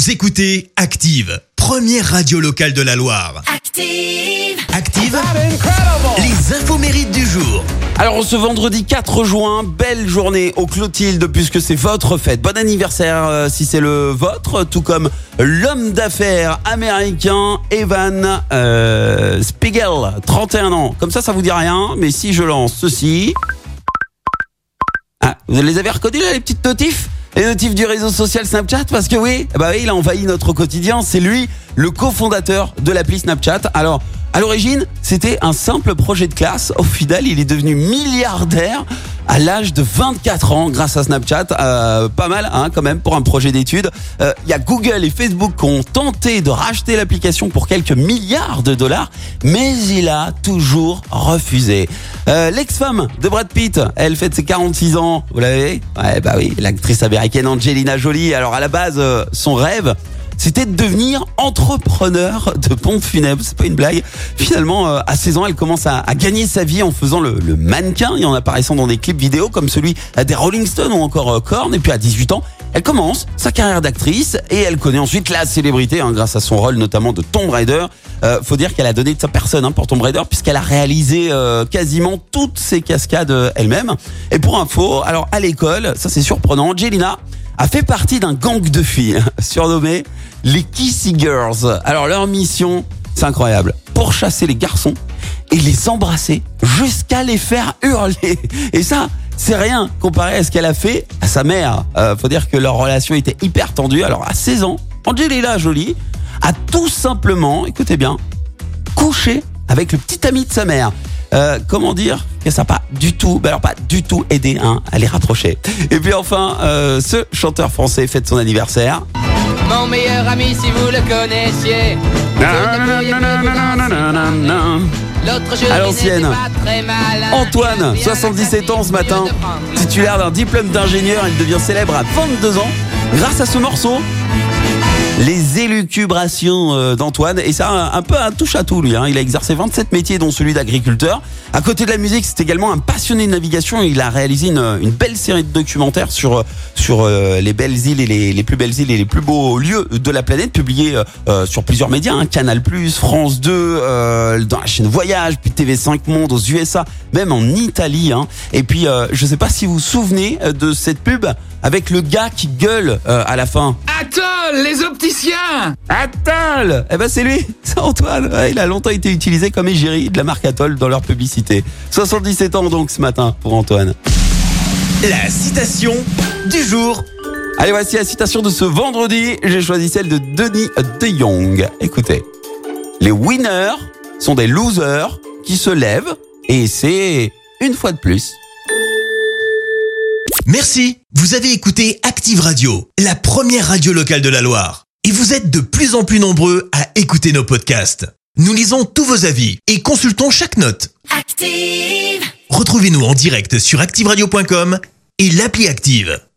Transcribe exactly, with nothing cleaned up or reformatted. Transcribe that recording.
Vous écoutez Active, première radio locale de la Loire. Active, Active, les infos mérites du jour. Alors ce vendredi quatre juin, belle journée aux Clotilde puisque c'est votre fête. Bon anniversaire euh, si c'est le vôtre, tout comme l'homme d'affaires américain Evan euh, Spiegel, trente et un ans. Comme ça, ça vous dit rien, mais si je lance ceci... Ah, vous les avez reconnus là, les petites notifs ? Les notifs du réseau social Snapchat, parce que oui, bah oui, il a envahi notre quotidien. C'est lui, le cofondateur de l'appli Snapchat. Alors, à l'origine, c'était un simple projet de classe. Au final, il est devenu milliardaire à l'âge de vingt-quatre ans grâce à Snapchat. Euh, pas mal, hein, quand même, pour un projet d'études. Il euh, y a Google et Facebook qui ont tenté de racheter l'application pour quelques milliards de dollars, mais il a toujours refusé. Euh, l'ex-femme de Brad Pitt, elle fête ses quarante-six ans. Vous l'avez ? Ouais, bah oui, l'actrice américaine Angelina Jolie. Alors à la base, euh, son rêve, c'était de devenir entrepreneur de pompes funèbres. C'est pas une blague. Finalement, euh, à seize ans, elle commence à, à gagner sa vie en faisant le, le mannequin et en apparaissant dans des clips vidéo comme celui des Rolling Stones ou encore euh, Korn. Et puis à dix-huit ans, elle commence sa carrière d'actrice et elle connaît ensuite la célébrité hein, grâce à son rôle notamment de Tomb Raider. Euh, faut dire qu'elle a donné de sa personne hein, pour Tomb Raider puisqu'elle a réalisé euh, quasiment toutes ses cascades euh, elle-même. Et pour info, alors à l'école, ça c'est surprenant, Angelina a fait partie d'un gang de filles surnommé les Kissy Girls. Alors leur mission, c'est incroyable, pourchasser les garçons et les embrasser jusqu'à les faire hurler. Et ça, c'est rien comparé à ce qu'elle a fait à sa mère. Euh, faut dire que leur relation était hyper tendue. Alors à seize ans, Angelina Jolie a tout simplement, écoutez bien, couché avec le petit ami de sa mère. Euh, comment dire que ça n'a pas du tout, bah alors pas du tout aidé hein, à les rapprocher. Et puis enfin, euh, ce chanteur français fête son anniversaire. Mon meilleur ami si vous le connaissiez. L'autre je à l'ancienne. Antoine, soixante-dix-sept ans ce matin, titulaire d'un diplôme d'ingénieur, il devient célèbre à vingt-deux ans grâce à ce morceau. Les élucubrations d'Antoine, et ça un, un peu un touche-à-tout lui, hein. Il a exercé vingt-sept métiers dont celui d'agriculteur. À côté de la musique, c'est également un passionné de navigation. Il a réalisé une, une belle série de documentaires sur sur euh, les belles îles et les, les plus belles îles et les plus beaux lieux de la planète, publiés euh, sur plusieurs médias, hein, Canal plus, France deux, euh, dans la chaîne Voyage, puis T V cinq Monde aux U S A, même en Italie. Hein. Et puis, euh, je sais pas si vous vous souvenez de cette pub avec le gars qui gueule euh, à la fin. Atoll, les opticiens. Atoll, eh ben c'est lui, c'est Antoine. Ouais, il a longtemps été utilisé comme égérie de la marque Atoll dans leur publicité. soixante-dix-sept ans donc ce matin pour Antoine. La citation du jour. Allez, voici la citation de ce vendredi. J'ai choisi celle de Denis de Jong. Écoutez, les winners sont des losers qui se lèvent et c'est une fois de plus. Merci. Vous avez écouté Active Radio, la première radio locale de la Loire. Et vous êtes de plus en plus nombreux à écouter nos podcasts. Nous lisons tous vos avis et consultons chaque note. Active. Retrouvez-nous en direct sur active radio point com et l'appli Active.